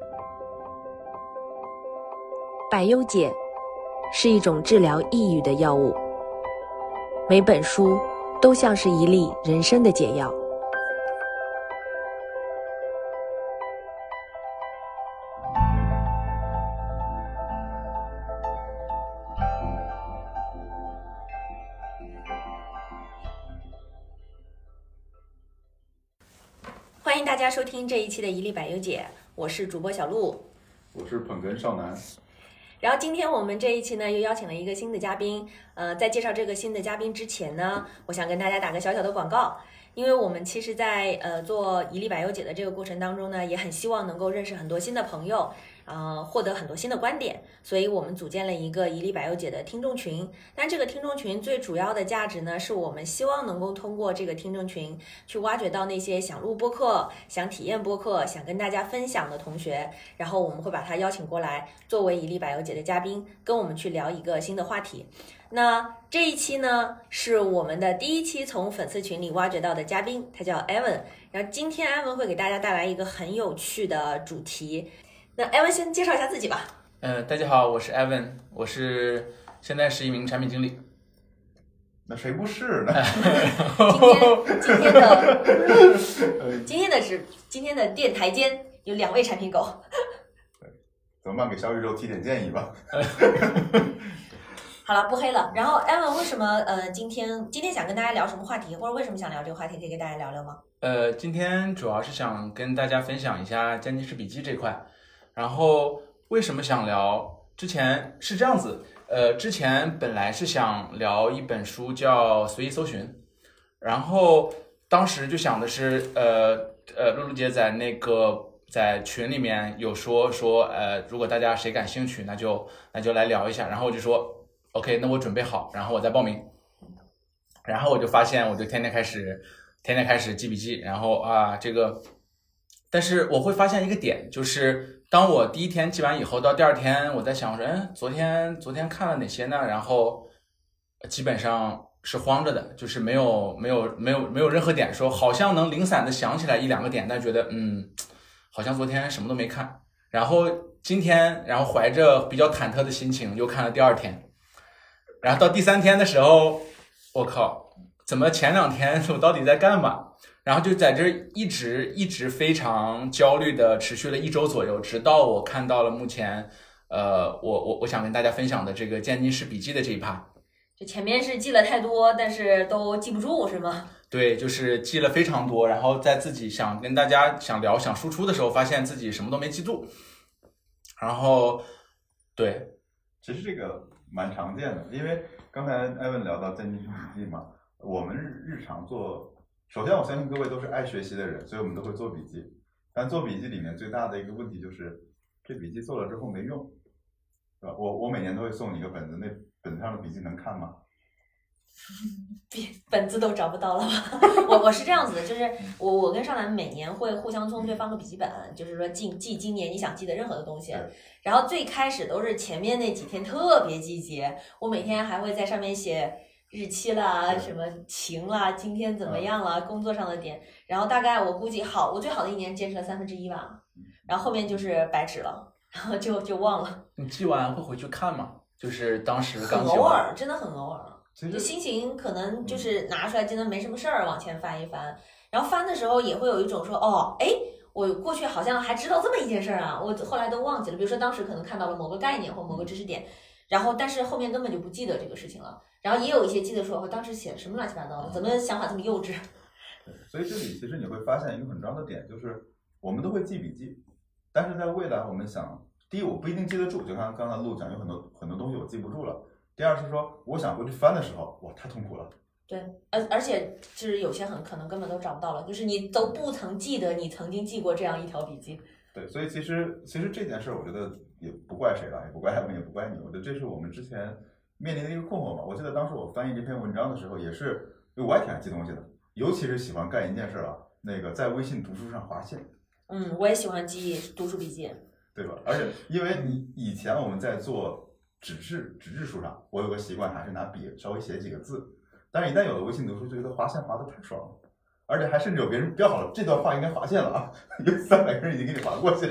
百忧解是一种治疗抑郁的药物，每本书都像是一粒人生的解药。欢迎大家收听这一期的一粒百忧解，我是主播小鹿， 我是捧哏少男。 然后今天我们这一期呢又邀请了一个新的嘉宾，在介绍这个新的嘉宾之前呢，我想跟大家打个小小的广告，因为我们其实在做一粒百忧解的这个过程当中呢，也很希望能够认识很多新的朋友，获得很多新的观点，所以我们组建了一个一粒百忧解的听众群。但这个听众群最主要的价值呢，是我们希望能够通过这个听众群去挖掘到那些想录播客、想体验播客、想跟大家分享的同学，然后我们会把他邀请过来作为一粒百忧解的嘉宾，跟我们去聊一个新的话题。那这一期呢是我们的第一期从粉丝群里挖掘到的嘉宾，他叫 Evan。 然后今天 Evan 会给大家带来一个很有趣的主题。那 Evan 先介绍一下自己吧。 大家好，我是 Evan， 我现在是一名产品经理。 那谁不是呢？ 今天的电台间有2位产品狗。 对，怎么办？给小宇宙提点建议吧。 好了，不黑了。然后 Evan 为什么今天想跟大家聊什么话题，或者为什么想聊这个话题，可以跟大家聊聊吗？ 今天主要是想跟大家分享一下渐进式笔记这块。然后为什么想聊？之前是这样子，之前本来是想聊一本书叫《随意搜寻》，然后当时就想的是，露露姐在群里面有说，如果大家谁感兴趣，那就来聊一下。然后我就说 OK， 那我准备好，然后我再报名。然后我就发现，我就天天开始记笔记，然后但是我会发现一个点，就是当我第一天记完以后，到第二天我在想说，昨天看了哪些呢？然后基本上是慌着的，就是没有任何点说，好像能零散的想起来1-2个点，但觉得好像昨天什么都没看。然后今天，然后怀着比较忐忑的心情又看了第2天，然后到第3天的时候，我靠，怎么前2天我到底在干嘛？然后就在这一直非常焦虑的持续了1周左右，直到我看到了目前我想跟大家分享的这个渐进式笔记的这一趴。 就前面是记了太多，但是都记不住是吗？ 对，就是记了非常多，然后在自己想跟大家想聊想输出的时候，发现自己什么都没记住。然后对， 其实这个蛮常见的，因为刚才艾文聊到渐进式笔记嘛，我们日常做，首先我相信各位都是爱学习的人，所以我们都会做笔记。但做笔记里面最大的一个问题就是，这笔记做了之后没用，对吧？我每年都会送你一个本子，那本子上的笔记能看吗？ 本子都找不到了吧？我是这样子的，就是我跟少男每年会互相送对方个笔记本，就是说记今年你想记的任何的东西。然后最开始都是前面那几天特别积极，我每天还会在上面写日期啦、什么情啦、今天怎么样啦、工作上的点。然后大概我估计我最好的一年坚持了1/3吧，然后后面就是白纸了，然后就忘了。 你记完会回去看吗？就是当时刚很偶尔，真的很偶尔。 就心情可能就是拿出来真的没什么事儿往前翻一翻，然后翻的时候也会有一种说我过去好像还知道这么一件事儿啊，我后来都忘记了。比如说当时可能看到了某个概念或某个知识点，然后但是后面根本就不记得这个事情了。然后也有一些记得说我当时写了什么乱七八糟的，怎么想法这么幼稚。 所以这里其实你会发现一个很重要的点，就是我们都会记笔记，但是在未来我们想，第一我不一定记得住，就像刚才陆讲有很多东西我记不住了。第二是说，我想回去翻的时候，哇，太痛苦了。 对，而且就是有些可能根本都找不到了，就是你都不曾记得你曾经记过这样一条笔记。 对，所以其实这件事，我觉得也不怪谁了，也不怪他们，也不怪你。我觉得这是我们之前面临的一个困惑吧。我记得当时我翻译这篇文章的时候，也是，因为我也挺爱记东西的，尤其是喜欢干一件事啊，在微信读书上划线。 我也喜欢记读书笔记，对吧？而且因为以前我们在做纸质书上，我有个习惯，还是拿笔稍微写几个字。但是，一旦有了微信读书，就觉得划线划得太爽了，而且还甚至有别人标好了这段话应该划线了啊，有300个人已经给你划过线了。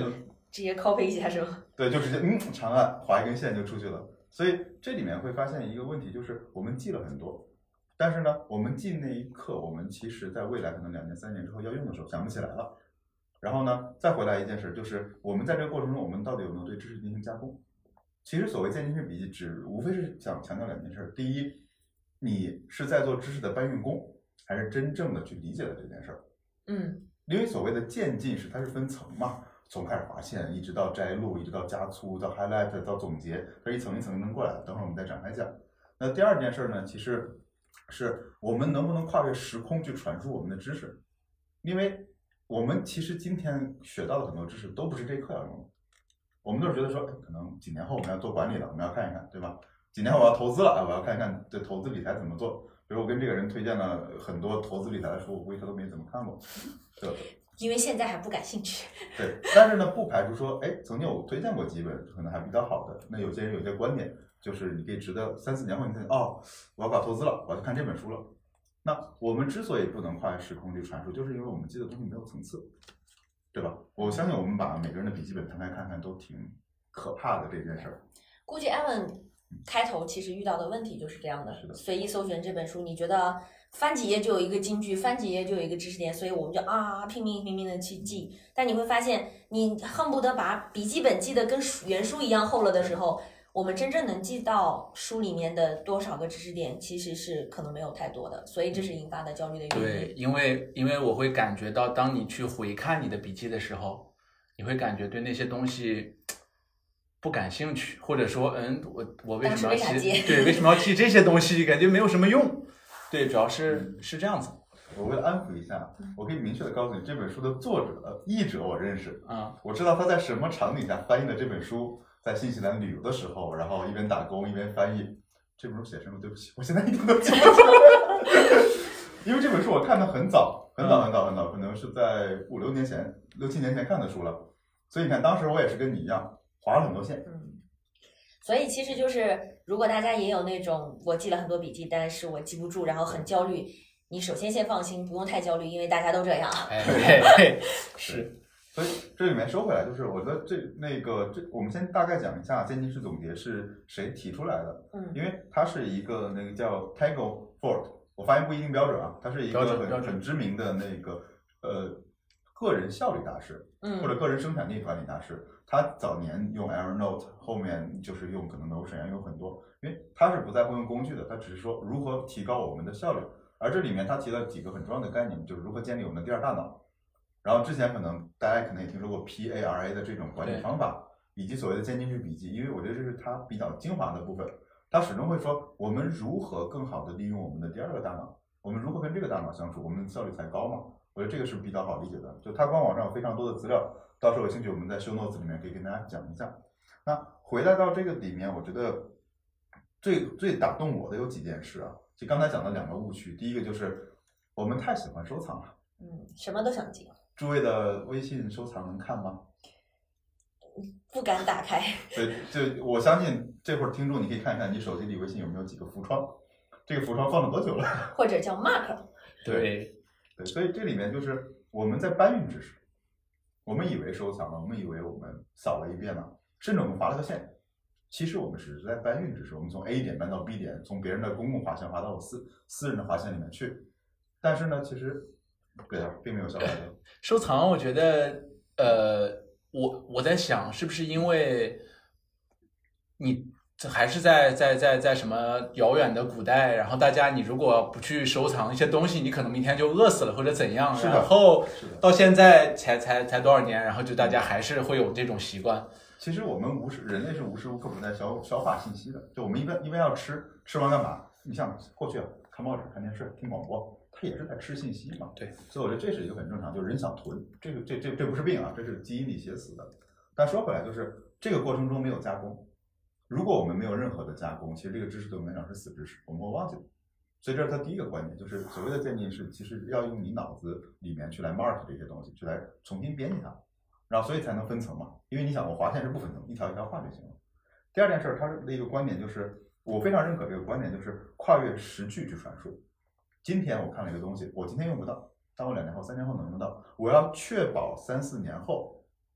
直接 copy 一下是吗？ 对，就直接长按划一根线就出去了。所以这里面会发现一个问题，就是我们记了很多，但是呢，我们记那一刻，我们其实在未来可能2年3年之后要用的时候想不起来了。然后呢，再回来一件事，就是我们在这个过程中，我们到底有没有对知识进行加工？其实所谓渐进式笔记，无非是想强调2件事：第一，你是在做知识的搬运工，还是真正的去理解了这件事儿？因为所谓的渐进式，它是分层嘛。从开始划线，一直到摘录，一直到加粗，到 highlight， 到总结，它一层一层能过来的。等会儿我们再展开讲。那第二件事呢，其实是我们能不能跨越时空去传输我们的知识，因为我们其实今天学到的很多知识都不是这一课要用的，我们都是觉得说，可能几年后我们要做管理了，我们要看一看，对吧？几年后我要投资了，我要看一看这投资理财怎么做。比如我跟这个人推荐了很多投资理财的书，我估计他都没怎么看过，对吧？ 因为现在还不感兴趣。 对，但是呢，不排除说，曾经我推荐过几本可能还比较好的。那有些人有些观点，就是你可以值得3、4年后你看，我要搞投资了，我要去看这本书了。那我们之所以不能跨越时空去传输，就是因为我们记的东西没有层次，对吧？我相信我们把每个人的笔记本摊开看看，都挺可怕的这件事儿。 估计艾文开头其实遇到的问题就是这样的， 是的， 随意搜寻这本书，你觉得翻几页就有一个金句，翻几页就有一个知识点，所以我们就拼命的去记。但你会发现，你恨不得把笔记本记得跟原书一样厚了的时候，我们真正能记到书里面的多少个知识点，其实是可能没有太多的，所以这是引发的焦虑的原因。 对，因为我会感觉到，当你去回看你的笔记的时候，你会感觉对那些东西不感兴趣，或者说，我为什么要记？对，为什么要记这些东西？感觉没有什么用。对，主要是这样子。 我为了安抚一下，我可以明确的告诉你，这本书的作者、译者我认识，我知道他在什么场景下翻译的这本书，在新西兰旅游的时候，然后一边打工一边翻译。这本书写什么？对不起，我现在一点都记不住，因为这本书我看的很早，可能是在5、6年前、6、7年前看的书了。所以你看，当时我也是跟你一样划了很多线。 所以其实就是，如果大家也有那种我记了很多笔记，但是我记不住，然后很焦虑，你首先放心，不用太焦虑，因为大家都这样。 是。 所以这里面说回来，就是我的我们先大概讲一下渐进式总结是谁提出来的。因为它是一个那个叫 Tango Ford， 我发音不一定标准啊，他是一个很知名的个人效率大师，或者个人生产力管理大师。他早年用 Evernote， 后面就是用可能 Notion 有很多，因为他是不在乎用工具的，他只是说如何提高我们的效率。而这里面他提了几个很重要的概念，就是如何建立我们的第二大脑。然后之前大家可能也听说过 PARA 的这种管理方法，以及所谓的渐进式笔记，因为我觉得这是他比较精华的部分。他始终会说我们如何更好的利用我们的第二个大脑，我们如何跟这个大脑相处，我们的效率才高嘛。我觉得这个是比较好理解的。就他官网上有非常多的资料，到时候有兴趣我们在 show notes 里面可以跟大家讲一下。那回来到这个里面，我觉得最打动我的有几件事啊。就刚才讲的2个误区，第一个就是我们太喜欢收藏了， 什么都想记。 诸位的微信收藏能看吗？ 不敢打开。 对，就我相信这会儿听众你可以看一看你手机里微信有没有几个浮窗，这个浮窗放了多久了？ 或者叫 mark。 对，所以这里面就是我们在搬运知识，我们以为收藏了，我们以为我们扫了一遍了，甚至我们划了个线，其实我们只是在搬运知识，我们从 A 点搬到 B 点，从别人的公共划线划到我私人的划线里面去。但是呢，其实对啊，并没有效果的。 收藏，我觉得我在想，是不是因为你还是在什么遥远的古代，然后大家你如果不去收藏一些东西，你可能明天就饿死了或者怎样，然后到现在才多少年，然后就大家还是会有这种习惯。 其实我们人类是无时无刻不在消化信息的，就我们一般要吃完干嘛？你像过去看报纸、看电视、听广播，它也是在吃信息嘛。 对， 所以我觉得这是一个很正常，就是人想囤，这不是病啊，这是基因里写死的。但说回来，就是这个过程中没有加工。如果我们没有任何的加工，其实这个知识对我们来讲是死知识，我们会忘记。所以这是他第一个观点，就是所谓的渐进式，其实要用你脑子里面去来 mark 这些东西，去来重新编辑它，然后所以才能分层嘛。因为你想，我划线是不分层，一条一条画就行了。第二件事，他的一个观点就是，我非常认可这个观点，就是跨越时距去传输。今天我看了一个东西，我今天用不到，但我2年后、3年后能用到。我要确保3、4年后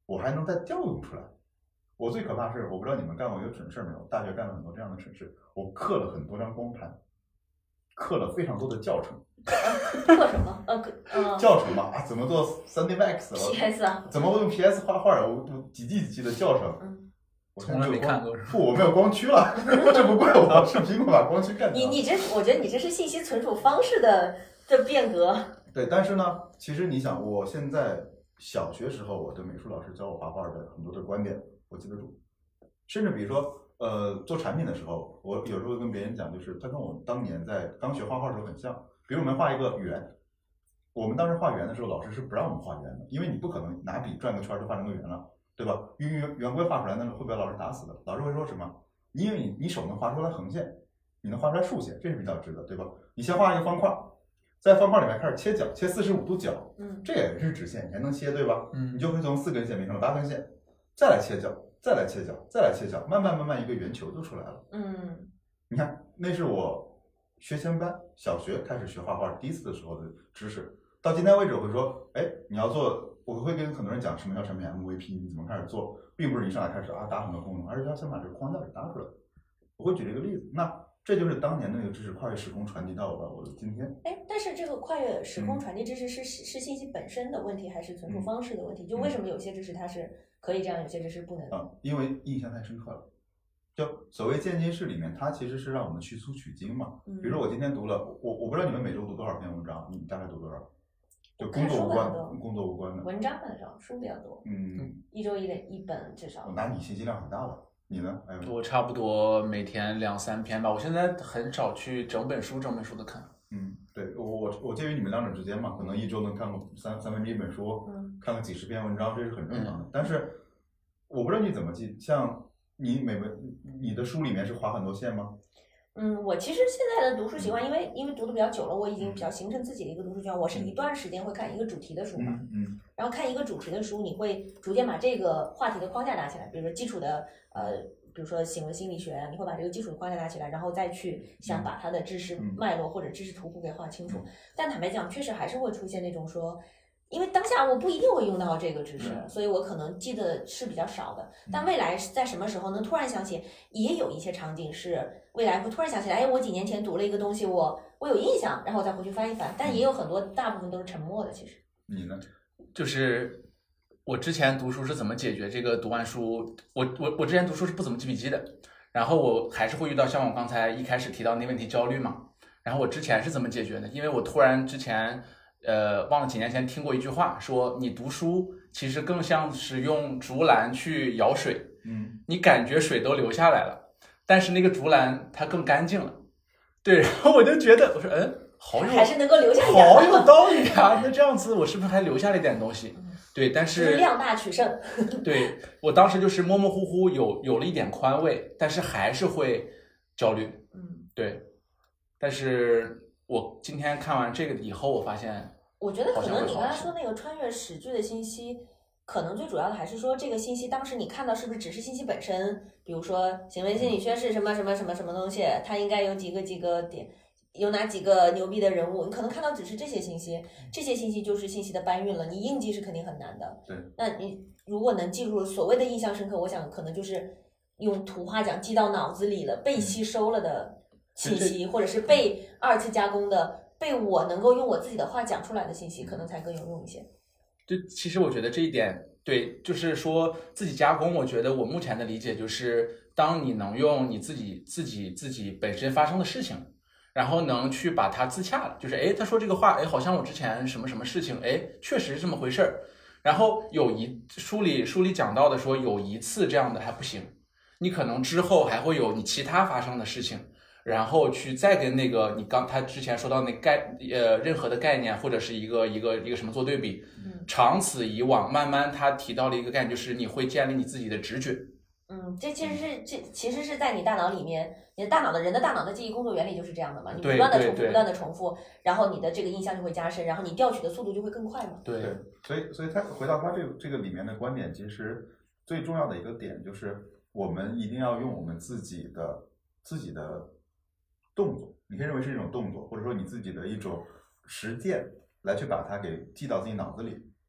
我还能再调用出来。我最可怕是，我不知道你们干过一个蠢事没有？大学干了很多这样的蠢事，我刻了很多张光盘，刻了非常多的教程。 刻什么？ 教程嘛啊，怎么做 3D Max PS 啊？ 怎么用 PS 画画？我几 G 的教程。我从来没看过。 不，我没有光驱了，这不怪我，是苹果把光驱干掉。 我觉得你这是信息存储方式的变革。对， 但是呢，其实你想，我现在小学时候，我的美术老师教我画画的很多的观点，我记得住。甚至比如说，做产品的时候，我有时候跟别人讲，就是他跟我当年在刚学画画的时候很像。比如我们画一个圆，我们当时画圆的时候，老师是不让我们画圆的，因为你不可能拿笔转个圈就画成个圆了。对吧？圆规画出来，那会被老师打死的。老师会说什么？因为你手能画出来横线，你能画出来竖线，这是比较直的，对吧？你先画一个方块，在方块里面开始切角，切45度角，这也是直线，你还能切，对吧？你就会从4根线变成了8根线，再来切角，再来切角，再来切角，慢慢一个圆球就出来了。你看，那是我学前班小学开始学画画第一次的时候的知识。到今天为止，我会说，哎，你要做，我会跟很多人讲什么叫产品 MVP， 你怎么开始做，并不是一上来开始搭很多功能，而是要先把这个框架给搭出来。我会举这个例子，那这就是当年的那个知识跨越时空传递到了我的今天。 但是这个跨越时空传递知识是信息本身的问题，还是存储方式的问题？就为什么有些知识它是可以这样，有些知识不能？ 因为印象太深刻了。就所谓渐进式里面，它其实是让我们去粗取精嘛。比如说我今天读了，我不知道你们每周读多少篇文章，你大概读多少？就工作无关的文章很少，书比较多。一周一本至少。 那你信息量很大了。你呢？ 我差不多每天2、3篇吧。我现在很少去整本书的看。 对，我介于你们两者之间嘛，可能一周能看个三分之一本书，看个几10篇文章，这是很正常的。但是我不知道你怎么记，像你的书里面是划很多线吗？ 我其实现在的读书习惯，因为读的比较久了，我已经比较形成自己的一个读书习惯。我是一段时间会看一个主题的书嘛，然后看一个主题的书，你会逐渐把这个话题的框架搭起来，比如说基础的比如说行为心理学，你会把这个基础的框架搭起来，然后再去想把它的知识脉络或者知识图谱给画清楚。但坦白讲，确实还是会出现那种说，因为当下我不一定会用到这个知识，所以我可能记得是比较少的。但未来在什么时候能突然想起，也有一些场景是未来会突然想起来，我几年前读了一个东西，我有印象，然后我再回去翻一翻。但也有很多大部分都是沉默的。其实你呢？ 就是我之前读书是怎么解决这个读完书，我之前读书是不怎么记笔记的，然后我还是会遇到像我刚才一开始提到那问题焦虑嘛。然后我之前是怎么解决的？因为我突然之前忘了几年前听过一句话，说你读书其实更像是用竹篮去舀水，你感觉水都流下来了，但是那个竹篮它更干净了。对，然后我就觉得，我说还是能够留下一点， 好有道理啊！那这样子我是不是还留下了一点东西？对，但是量大取胜。 对，我当时就是模模糊糊有了一点宽慰，但是还是会焦虑。对，但是我今天看完这个以后，我发现， 我觉得可能你刚才说那个穿越史剧的信息，可能最主要的还是说这个信息当时你看到是不是只是信息本身？比如说行为心理学是什么什么什么什么东西，它应该有几个点。有哪几个牛逼的人物，你可能看到只是这些信息，这些信息就是信息的搬运了，你硬记是肯定很难的。 对， 那你如果能记住所谓的印象深刻，我想可能就是用土话讲记到脑子里了，被吸收了的信息，或者是被2次加工的，被我能够用我自己的话讲出来的信息，可能才更有用一些。 就其实我觉得这一点，对，就是说自己加工，我觉得我目前的理解就是，当你能用你自己本身发生的事情。然后能去把它自洽了，就是他说这个话，好像我之前什么什么事情，确实是这么回事儿。然后书里讲到的说，有一次这样的还不行，你可能之后还会有你其他发生的事情，然后去再跟那个他之前说到那任何的概念或者是一个什么做对比，长此以往，慢慢他提到了一个概念，就是你会建立你自己的直觉。 这其实是在你大脑里面，你的人的大脑的记忆工作原理就是这样的嘛，你不断的重复，然后你的这个印象就会加深，然后你调取的速度就会更快嘛。 对，所以他回到他这个里面的观点，其实最重要的一个点就是我们一定要用我们自己的动作，你可以认为是一种动作，或者说你自己的一种实践来去把它给记到自己脑子里。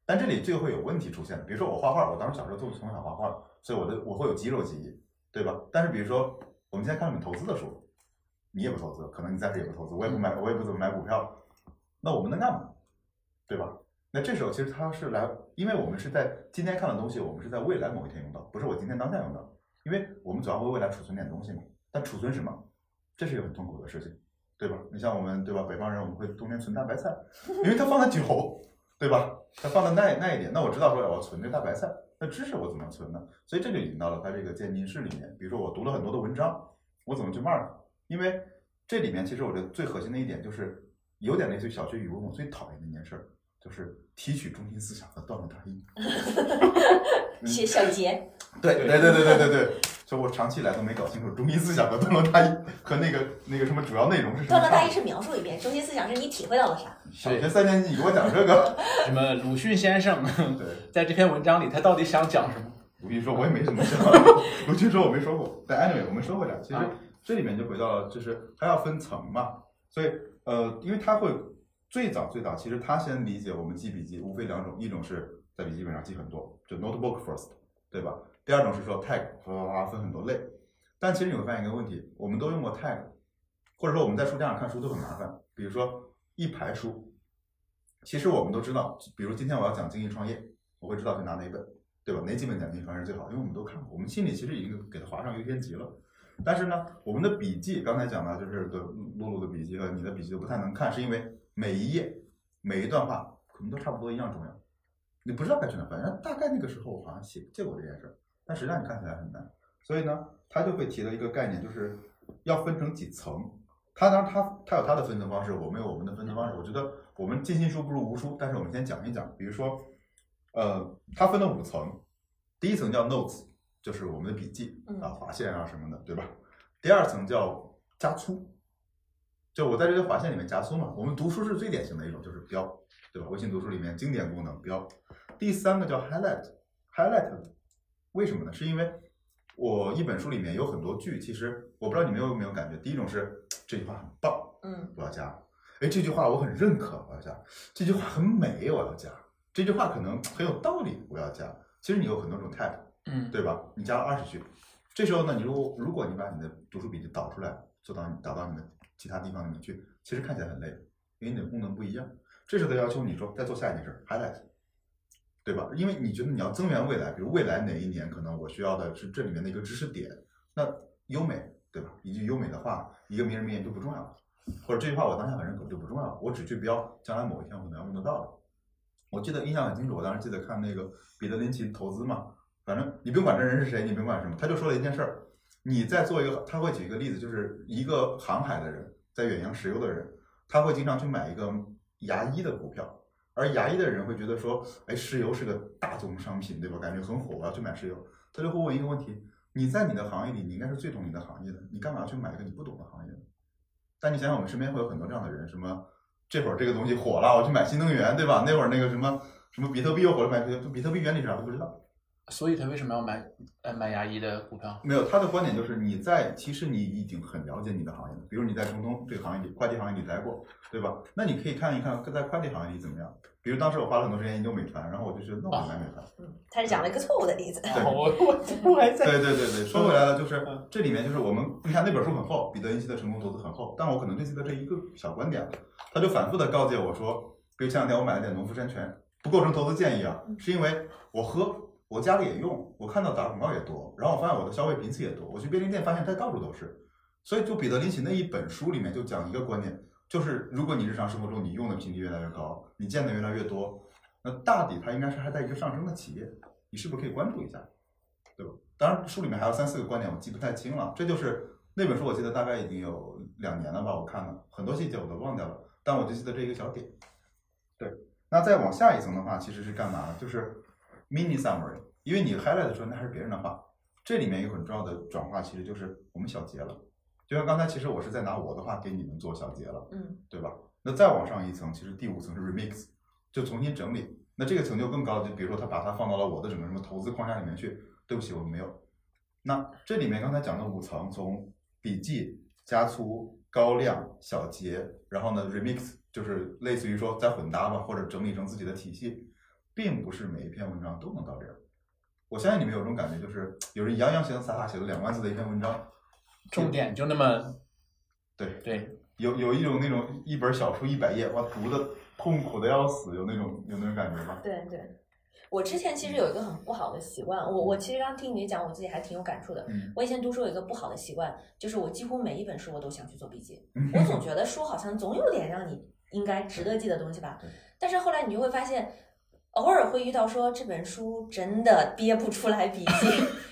但这里就会有问题出现，比如说我画画，我当时小时候就从小画画，所以我会有肌肉记忆，对吧？但是比如说我们现在看你投资的书，你也不投资，可能你暂时也不投资，我也不怎么买股票，那我们能干嘛？对吧？那这时候其实它是来，因为我们是在今天看的东西，我们是在未来某一天用到，不是我今天当下用到，因为我们总要为未来储存点东西嘛。但储存什么？这是一个很痛苦的事情，对吧？你像我们，对吧？北方人我们会冬天存大白菜，因为它放的久，对吧？它放的耐一点，那我知道说我要存这大白菜，那知识我怎么存呢？所以这就引到了它这个渐进式里面，比如说我读了很多的文章，我怎么去 mark？ 因为这里面其实我觉得最核心的一点就是有点类似于小学语文我最讨厌的一件事，就是提取中心思想和段落大意。 写小节。 对，就我长期以来都没搞清楚中心思想和段落大意和那个什么主要内容是什么。 段落大意是描述一遍，中心思想是你体会到了啥。 小学3年级你给我讲这个， 什么鲁迅先生对， 在这篇文章里他到底想讲什么？ 鲁迅说我也没怎么讲，鲁迅说我没说过。但 anyway 我们说回来，其实这里面就回到了，就是它要分层嘛，所以因为它会最早其实它先理解我们记笔记无非两种，一种是在笔记本上记很多，就 notebook first， 对吧？第二种是说 tag， 分很多类。但其实你会发现一个问题，我们都用过 tag， 或者说我们在书架上看书都很麻烦。比如说一排书，其实我们都知道，比如今天我要讲经济创业，我会知道去拿哪本，对吧？哪几本讲经济创业是最好，因为我们都看过，我们心里其实已经给它划上优先级了。但是呢，我们的笔记刚才讲的就是露露的笔记和你的笔记都不太能看，是因为每一页每一段话可能都差不多一样重要，你不知道该去哪，反正大概那个时候我好像借过这件事，但实际上你看起来很难。所以呢，他就会提了一个概念，就是要分成几层。当然他有他的分层方式，我们有我们的分层方式。我觉得我们尽信书不如无书，但是我们先讲一讲。比如说，他分了5层，第一层叫 notes， 就是我们的笔记啊、划线啊什么的，对吧？第二层叫加粗，就我在这个划线里面加粗嘛。我们读书是最典型的一种，就是标，对吧？微信读书里面经典功能标。第3个叫 highlight， 为什么呢？是因为我一本书里面有很多句，其实我不知道你们有没有感觉，第一种是这句话很棒，我要加；哎，这句话我很认可，我要加；这句话很美，我要加；这句话可能很有道理，我要加。其实你有很多种 tag，对吧？你加了20句，这时候呢，你如果你把你的读书笔记导出来，导到你的其他地方里面去，其实看起来很累，因为你的功能不一样。这时候他要求你说再做下一件事 highlight。对吧？因为你觉得你要增援未来，比如未来哪一年可能我需要的是这里面的一个知识点，那优美，对吧？一句优美的话，一个名人名言就不重要了，或者这句话我当下很认可就不重要了，我只去标将来某一天我可能要用得到的。我记得印象很清楚，我当时记得看那个彼得林奇投资嘛，反正你不用管这人是谁，你不用管什么，他就说了一件事儿，你在做一个，他会举一个例子，就是一个航海的人，在远洋石油的人，他会经常去买一个牙医的股票。而牙医的人会觉得说，哎，石油是个大宗商品，对吧？感觉很火，我要去买石油。他就会问一个问题：你在你的行业里，你应该是最懂你的行业的，你干嘛要去买一个你不懂的行业呢？但你想想，我们身边会有很多这样的人，什么这会儿这个东西火了，我去买新能源，对吧？那会儿那个什么比特币又火了，买比特币原理是啥都不知道。 所以他为什么要买牙医的股票？ 没有，他的观点就是其实你已经很了解你的行业了，比如你在中东这个行业里，会计行业里待过，对吧？那你可以看一看在会计行业里怎么样。比如当时我花了很多时间研究美团，然后我就觉得那我买美团。 他是讲了一个错误的例子。 对， 我还在。 对，说回来了，就是这里面就是我们，你看那本书很厚，彼得林奇的成功投资很厚，但我可能就记得这一个小观点，他就反复的告诫我说，比如前2天我买了点农夫山泉，不构成投资建议啊，是因为我喝。我家里也用，我看到打广告也多，然后我发现我的消费频次也多，我去便利店发现它到处都是，所以就彼得林奇那一本书里面就讲一个观点，就是如果你日常生活中你用的频率越来越高，你见的越来越多，那大抵它应该是还在一个上升的企业，你是不是可以关注一下，对吧？当然书里面还有3、4个观点我记不太清了，这就是那本书我记得大概已经有2年了吧，我看了很多细节我都忘掉了，但我就记得这一个小点。对，那再往下一层的话其实是干嘛呢？就是 mini summary， 因为你 highlight 的时候那还是别人的话，这里面有很重要的转化，其实就是我们小结了。就像刚才其实我是在拿我的话给你们做小结了，对吧？那再往上一层，其实第5层是 remix， 就重新整理。那这个层就更高，就比如说他把它放到了我的整个什么投资框架里面去，对不起，我们没有。那这里面刚才讲的5层，从笔记、加粗、高亮、小结，然后呢 remix， 就是类似于说再混搭吧，或者整理成自己的体系。 并不是每一篇文章都能到这样。我相信你们有种感觉，就是有人洋洋洒洒写了2万字的一篇文章， 重点就那么对，有一种那种一本小书100页，哇，读的痛苦的要死，有那种感觉吗？ 对。我之前其实有一个很不好的习惯，我其实刚听你讲，我自己还挺有感触的。我以前读书有一个不好的习惯，就是我几乎每一本书我都想去做笔记。我总觉得书好像总有点让你应该值得记的东西吧。但是后来你就会发现，偶尔会遇到说这本书真的憋不出来笔记，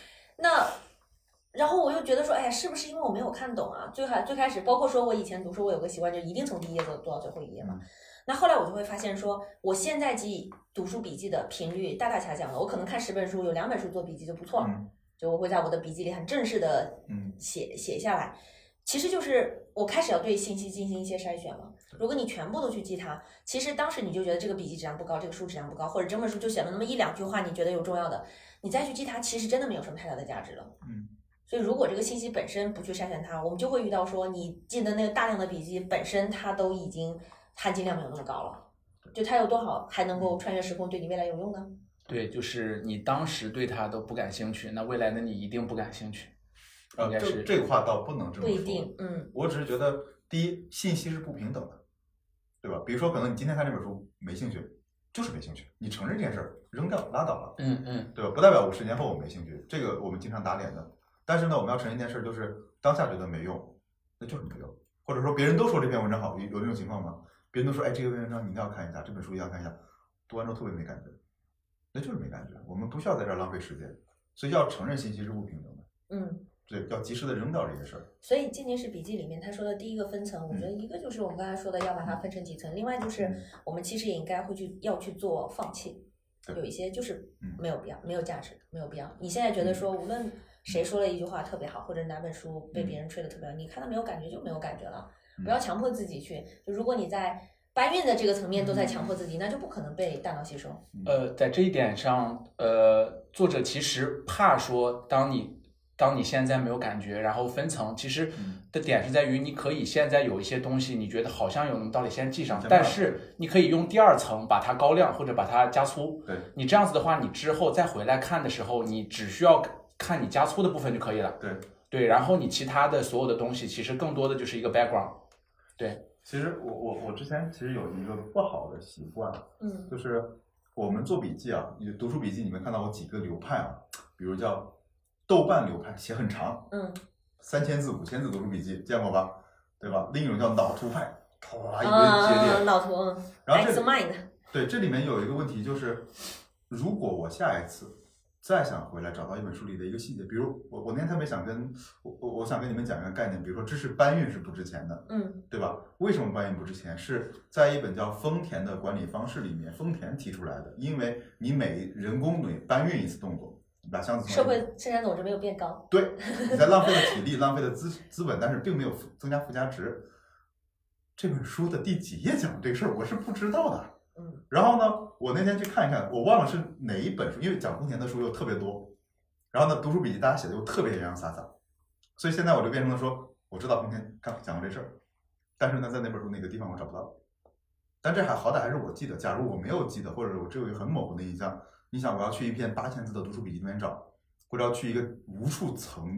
然后我又觉得说，哎呀，是不是因为我没有看懂啊？最开始，包括说我以前读书，我有个习惯，就一定从第一页读到最后一页嘛。那后来我就会发现说，我现在记读书笔记的频率大下降了。我可能看10本书，有2本书做笔记就不错了，就我会在我的笔记里很正式的写下来。其实就是我开始要对信息进行一些筛选了。如果你全部都去记它，其实当时你就觉得这个笔记质量不高，这个书质量不高，或者整本书就写了那么1-2句话，你觉得有重要的，你再去记它，其实真的没有什么太大的价值了。所以如果这个信息本身不去筛选它，我们就会遇到说，你记的那个大量的笔记本身它都已经含金量没有那么高了，就它有多少还能够穿越时空对你未来有用呢？ 对，就是你当时对它都不感兴趣，那未来的你一定不感兴趣。 这话倒不能这么说， 不一定。 我只是觉得，第一，信息是不平等的，对吧？比如说，可能你今天看这本书没兴趣，就是没兴趣，你承认这件事儿，扔掉拉倒了，对吧？不代表50年后我没兴趣，这个我们经常打脸的。但是呢，我们要承认一件事，就是当下觉得没用，那就是没用。或者说别人都说这篇文章好，有这种情况吗？别人都说，哎，这个文章你一定要看一下，这本书一定要看一下，读完之后特别没感觉，那就是没感觉。我们不需要在这儿浪费时间，所以要承认信息是不平等的。对，要及时的扔掉这些事儿。 所以渐进式笔记里面他说的第一个分层，我觉得一个就是我们刚才说的要把它分成几层，另外就是我们其实也应该要去做放弃，有一些就是没有必要，没有价值，没有必要。你现在觉得说无论谁说了一句话特别好，或者哪本书被别人吹得特别好，你看到没有感觉就没有感觉了，不要强迫自己去。就如果你在搬运的这个层面都在强迫自己，那就不可能被大脑吸收。 在这一点上，作者其实怕说，当你现在没有感觉，然后分层，其实的点是在于，你可以现在有一些东西，你觉得好像有那么道理，先记上，但是你可以用第2层把它高亮或者把它加粗。 对， 你这样子的话，你之后再回来看的时候，你只需要看你加粗的部分就可以了。对，然后你其他的所有的东西，其实更多的就是一个 background。对， 其实我之前其实有一个不好的习惯，就是我们做笔记啊，你读书笔记，你们看到我几个流派啊，比如叫豆瓣流派，写很长，3000字、5000字读书笔记，见过吧？对吧？另一种叫脑图派，一堆节点， 脑图， 然后对， 这里面有一个问题就是，如果我下一次再想回来找到一本书里的一个细节，比如我那天特别想我想跟你们讲一个概念，比如说知识搬运是不值钱的，对吧？为什么搬运不值钱？是在一本叫丰田的管理方式里面，丰田提出来的，因为你每人工每搬运一次动作，你把箱子社会生产总值没有变高， 对，你在浪费了体力，浪费了资本，但是并没有增加附加值。这本书的第几页讲这个事儿，我是不知道的。然后呢，我那天去看一看，我忘了是哪一本书，因为讲丰田的书又特别多，然后呢，读书笔记大家写的又特别洋洋洒洒，所以现在我就变成了说，我知道丰田讲过这事儿，但是呢，在那本书那个地方我找不到。但这好歹还是我记得，假如我没有记得，或者我只有一个很模糊的印象，你想我要去一篇8000字的读书笔记里面找，或者要去一个无数层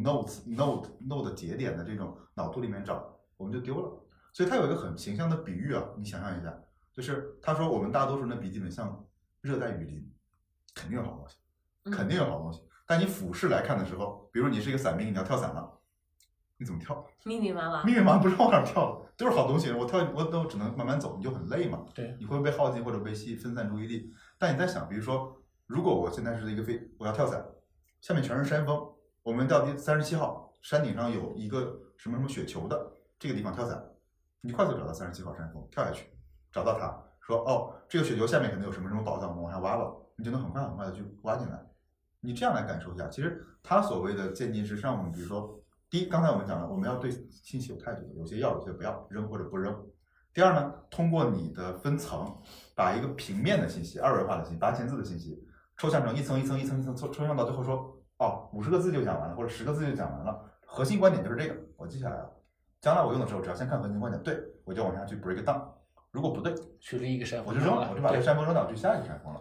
note 节点的这种脑图里面找，我们就丢了。所以他有一个很形象的比喻啊，你想象一下。就是他说我们大多数人的笔记本像热带雨林，肯定有好东西，肯定有好东西。但你俯视来看的时候，比如你是一个伞兵，你要跳伞了，你怎么跳？ 密密麻麻， 不知道往哪跳的，都是好东西。我都只能慢慢走，你就很累嘛。 对， 你会被耗尽或者被分散注意力。但你在想，比如说，如果我现在是一个我要跳伞，下面全是山峰，我们到第37号山顶上有一个什么雪球的这个地方跳伞，你快速找到37号山峰，跳下去。找到它，说哦，这个雪球下面可能有什么宝藏，我们往下挖吧，你就能很快的去挖进来。你这样来感受一下，其实它所谓的渐进式，上我们比如说，第一，刚才我们讲了，我们要对信息有态度，有些要，有些不要，扔或者不扔。第二呢，通过你的分层，把一个平面的信息、2维化的信息、8000字的信息，抽象成一层抽象到最后说，哦，50个字就讲完了，或者10个字就讲完了，核心观点就是这个，我记下来了。将来我用的时候，只要先看核心观点，对我就往下去 break down。如果不对， 去另一个山峰， 我就扔了，我就把这个山峰扔掉，去下一个山峰了。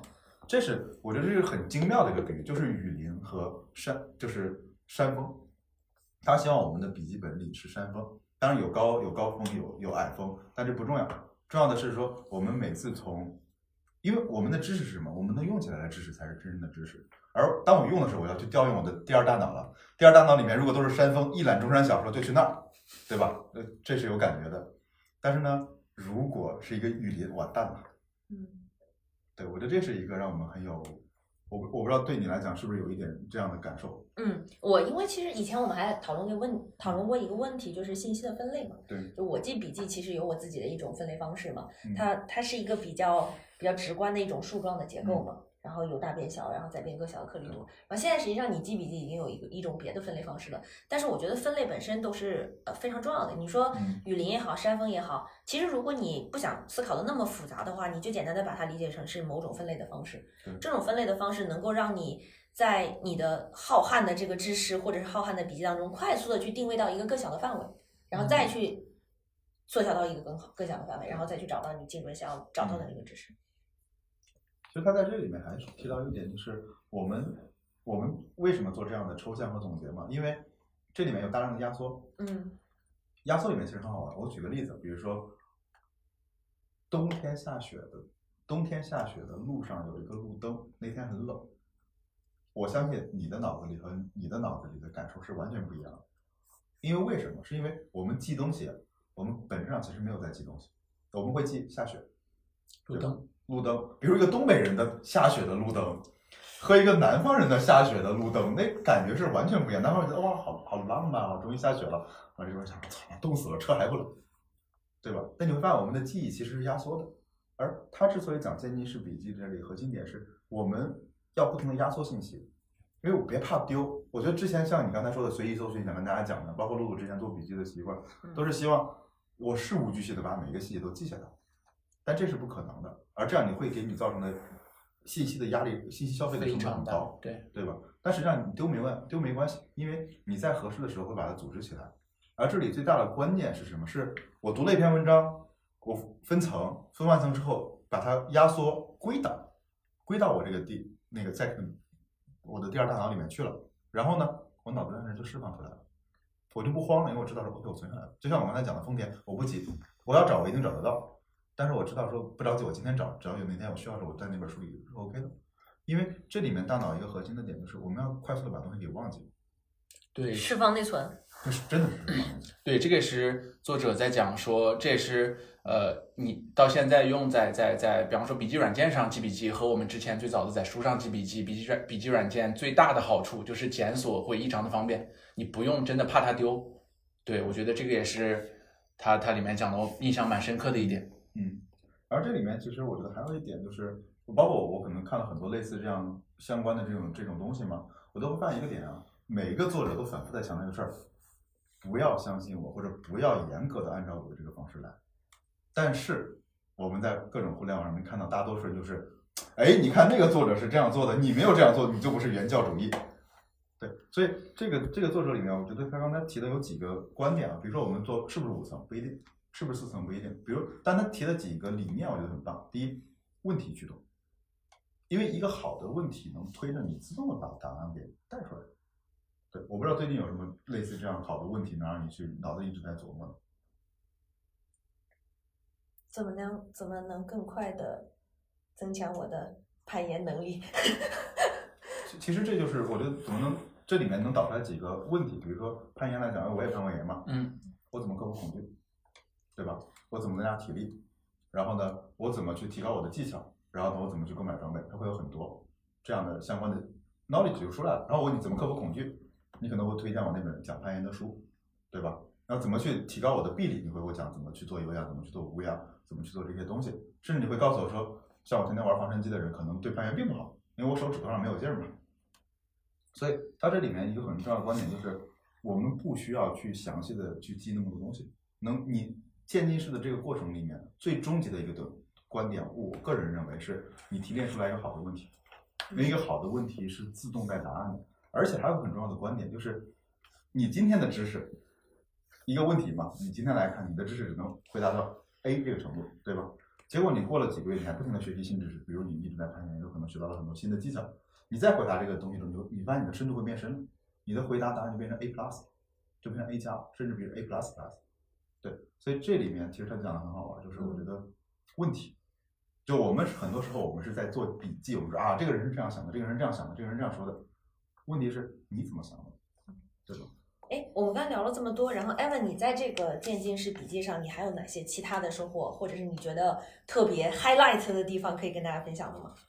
这是我觉得这是很精妙的一个比喻，就是雨林和就是山峰。他希望我们的笔记本里是山峰，当然有高峰有矮峰，但这不重要，重要的是说我们每次因为我们的知识是什么？我们能用起来的知识才是真正的知识。而当我用的时候，我要去调用我的第二大脑了。第二大脑里面如果都是山峰，一览众山小，说就去那儿，对吧？这是有感觉的。但是呢，如果是一个雨林，完蛋了。对，我觉得这是一个让我们很有，我不知道对你来讲是不是有一点这样的感受？ 我因为其实以前我们还讨论过一个问题，就是信息的分类嘛。 对， 就我记笔记其实有我自己的一种分类方式嘛，它是一个比较直观的一种树状的结构嘛。然后由大变小，然后再变更小的颗粒度。然后现在实际上你记笔记已经有一种别的分类方式了，但是我觉得分类本身都是非常重要的。你说雨林也好，山峰也好，其实如果你不想思考的那么复杂的话，你就简单的把它理解成是某种分类的方式。这种分类的方式能够让你在你的浩瀚的这个知识或者是浩瀚的笔记当中，快速的去定位到一个更小的范围，然后再去缩小到一个更小的范围，然后再去找到你精准想要找到的那个知识。 其实他在这里面还提到一点，就是我们为什么做这样的抽象和总结嘛？因为这里面有大量的压缩。压缩里面其实很好玩。我举个例子，比如说冬天下雪的路上有一个路灯，那天很冷。我相信你的脑子里和你的脑子里的感受是完全不一样的。因为为什么？是因为我们记东西，我们本质上其实没有在记东西，我们会记下雪、路灯，比如一个东北人的下雪的路灯，和一个南方人的下雪的路灯，那感觉是完全不一样。南方人觉得哇，好浪漫啊，终于下雪了。我这边想，操，冻死了，车还不冷，对吧？但你会发现，我们的记忆其实是压缩的。而他之所以讲渐进式笔记，这里核心点是我们要不停的压缩信息，因为我别怕丢。我觉得之前像你刚才说的随意搜寻，想跟大家讲的，包括露露之前做笔记的习惯，都是希望我事无巨细的把每一个细节都记下来。但这是不可能的，而这样你会给你造成的信息的压力、信息消费的成本很高，对吧？但实际上你丢没关系，因为你在合适的时候会把它组织起来。而这里最大的关键是什么？是我读了一篇文章，我分完层之后，把它压缩归到我这个在我的第二大脑里面去了。然后呢，我脑子上就释放出来了，我就不慌了，因为我知道说 OK 我存下来了。就像我刚才讲的丰田，我不急，我要找我一定找得到。但是我知道说不着急，我今天找，只要有哪天我需要的时候，我在那本书里是 OK 的。因为这里面大脑一个核心的点就是我们要快速的把东西给忘记， 对， 释放内存， 就是真的是释放内存。 对，这个是作者在讲说，这也是你到现在用在比方说笔记软件上记笔记，和我们之前最早的在书上记笔记，笔记软件最大的好处就是检索会异常的方便，你不用真的怕它丢。对，我觉得这个也是它里面讲的我印象蛮深刻的一点。 而这里面其实我觉得还有一点就是，包括我可能看了很多类似这样相关的这种东西嘛，我都会发现一个点啊，每一个作者都反复在强调一个事儿，不要相信我，或者不要严格的按照我的这个方式来。但是我们在各种互联网上面看到大多数人就是，哎，你看那个作者是这样做的，你没有这样做，你就不是原教主义。对，所以这个作者里面，我觉得他刚才提的有几个观点啊，比如说我们做是不是5层不一定。是不是4层不一定，比如，但他提了几个理念，我觉得很棒。第一，问题驱动，因为一个好的问题能推着你自动的把答案给带出来。对，我不知道最近有什么类似这样好的问题能让你去脑子一直在琢磨的。 怎么能更快的增强我的攀岩能力？ 其实这就是我觉得这里面能导出来几个问题，比如说攀岩来讲，我也攀过岩嘛，我怎么克服恐惧？对吧？我怎么增加体力？然后呢，我怎么去提高我的技巧？然后呢，我怎么去购买装备？它会有很多这样的相关的 knowledge 就出来了。然后我问你怎么克服恐惧？你可能会推荐我那本讲攀岩的书，对吧？然后怎么去提高我的臂力？你会给我讲怎么去做有氧，怎么去做无氧，怎么去做这些东西。甚至你会告诉我说，像我天天玩防身机的人，可能对攀岩并不好，因为我手指头上没有劲儿嘛。所以它这里面一个很重要的观点就是，我们不需要去详细的去记那么多东西，你渐进式的这个过程里面，最终极的一个观点，我个人认为是你提炼出来一个好的问题，因为一个好的问题是自动带答案的，而且还有很重要的观点就是，你今天的知识，一个问题嘛，你今天来看，你的知识只能回答到 A 这个程度，对吧？ 结果你过了几个月，你还不停的学习新知识，比如你一直在攀岩，有可能学到了很多新的技巧，你再回答这个东西的时候，你发现你的深度会变深了，你的回答答案就变成 A+， 就变成 A+，甚至比如 A++。对，所以这里面其实他讲的很好玩，就是我觉得问题，就我们很多时候我们是在做笔记，我们说啊这个人是这样想的，这个人这样想的，这个人这样说的，问题是你怎么想的，对吧？ 哎，我们刚聊了这么多，然后 Evan， 你在这个渐进式笔记上，你还有哪些其他的收获，或者是你觉得特别 highlight 的地方可以跟大家分享的吗？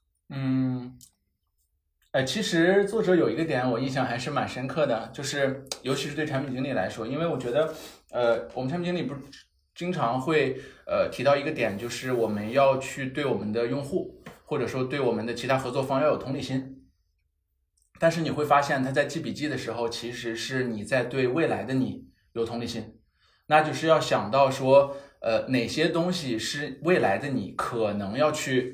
其实作者有一个点我印象还是蛮深刻的，就是尤其是对产品经理来说，因为我觉得，我们产品经理不是经常会提到一个点，就是我们要去对我们的用户，或者说对我们的其他合作方要有同理心。但是你会发现，他在记笔记的时候，其实是你在对未来的你有同理心，那就是要想到说，哪些东西是未来的你可能要去，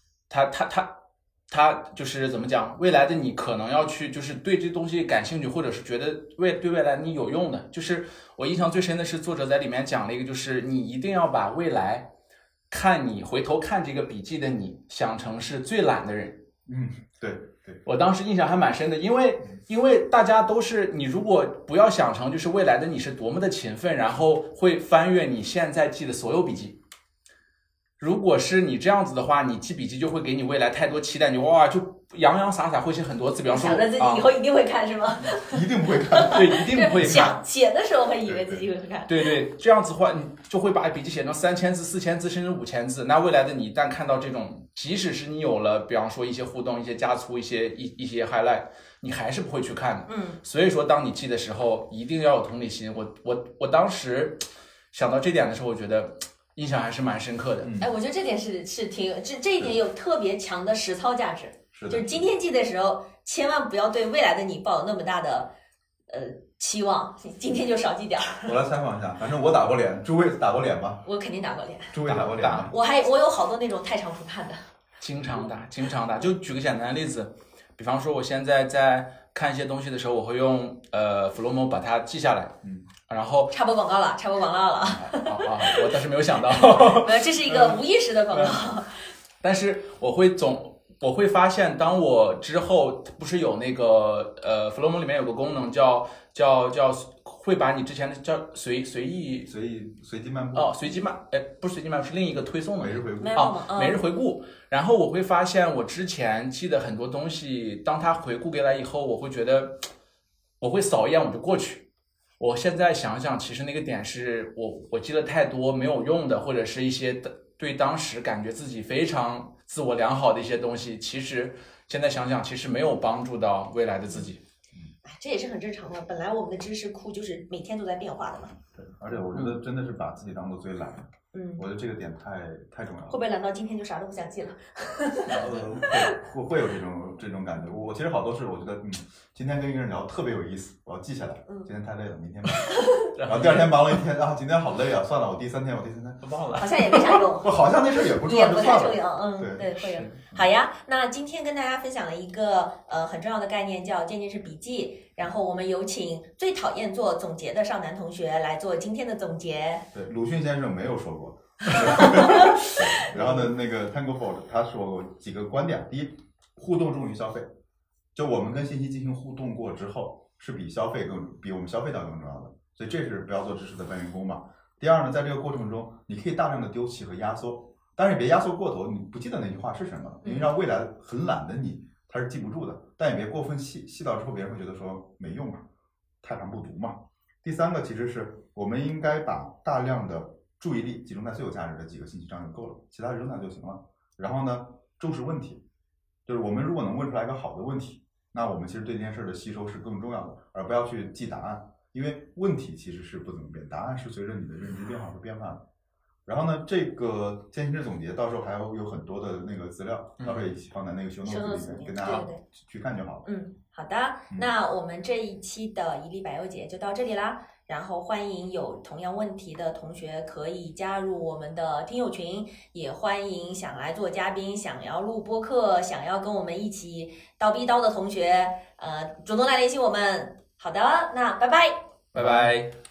他就是怎么讲，未来的你可能要去，就是对这东西感兴趣，或者是觉得对未来你有用的。就是我印象最深的是作者在里面讲了一个，就是你一定要把未来你回头看这个笔记的你想成是最懒的人。 对。 我当时印象还蛮深的，因为大家都是，你如果不要想成就是未来的你是多么的勤奋，然后会翻阅你现在记的所有笔记。如果是你这样子的话，你记笔记就会给你未来太多期待，你哇就洋洋洒洒会写很多字，比方说想着自己以后一定会看是吗？ 一定不会看， 对，一定不会看。 写的时候会以为自己会看。 对，这样子的话，你就会把笔记写成3000字、4000字，甚至5000字。那未来的你一旦看到这种，即使是你有了，比方说一些互动、一些加粗、一些 highlight， 你还是不会去看的。所以说，当你记的时候，一定要有同理心。我当时想到这点的时候，我觉得印象还是蛮深刻的。 哎，我觉得这点是挺这一点有特别强的实操价值。就是今天记的时候，千万不要对未来的你抱有那么大的期望，今天就少记点儿。 我来采访一下，反正我打过脸，诸位打过脸吗？ 我肯定打过脸。 诸位打过脸吗？ 我有好多那种太长不看的。 经常打。就举个简单的例子，比方说我现在在看一些东西的时候，我会用Flomo 把它记下来。然后插播广告了。 我倒是没有想到。 这是一个无意识的广告。 但是我会发现，当我之后不是有那个Flomo 里面有个功能叫会把你之前的叫随机漫步随机漫不是随机漫步，是另一个推送的每日回顾每日回顾。然后我会发现我之前记的很多东西，当他回顾给来以后，我会觉得我会扫一眼我就过去。我现在想想，其实那个点是我记得太多没有用的，或者是一些对当时感觉自己非常自我良好的一些东西，其实现在想想，其实没有帮助到未来的自己。 这也是很正常的，本来我们的知识库就是每天都在变化的嘛。对， 而且我觉得真的是把自己当做最懒。我觉得这个点太重要了。 会不会懒到今天就啥都不想记了？ 会有这种感觉。我其实好多事，我觉得今天跟一个人聊特别有意思，我要记下来。今天太累了，明天忙。然后第二天忙了一天啊，今天好累啊，算了，我第三天都忘了， 好像也没啥用。 好像那事也不重要， 也不太重要。 对， 会有。好呀，那今天跟大家分享了一个很重要的概念，叫渐进式笔记。然后我们有请最讨厌做总结的少男同学来做今天的总结。 对，鲁迅先生没有说过。然后呢，那个 Tanglefold 他说过几个观点：第一，互动重于消费，就我们跟信息进行互动过之后，是比我们消费到更重要的，所以这是不要做知识的搬运工嘛。第二呢，在这个过程中，你可以大量的丢弃和压缩，但是别压缩过头，你不记得那句话是什么，因为让未来很懒的你他是记不住的，但也别过分细到之后别人会觉得说没用啊，太长不读嘛。第三个其实是我们应该把大量的注意力集中在最有价值的几个信息上就够了，其他扔掉就行了。然后呢，重视问题，就是我们如果能问出来一个好的问题，那我们其实对这件事的吸收是更重要的，而不要去记答案，因为问题其实是不怎么变，答案是随着你的认知变化而变化的。然后呢，这个渐进式总结到时候还有很多的那个资料，到时候也一起放在那个show notes里面，跟大家去看就好了。 好的，那我们这一期的一粒百优解就到这里啦。然后欢迎有同样问题的同学可以加入我们的听友群，也欢迎想来做嘉宾、想要录播客、想要跟我们一起叨逼叨的同学，主动来联系我们。好的，那拜拜， 拜拜。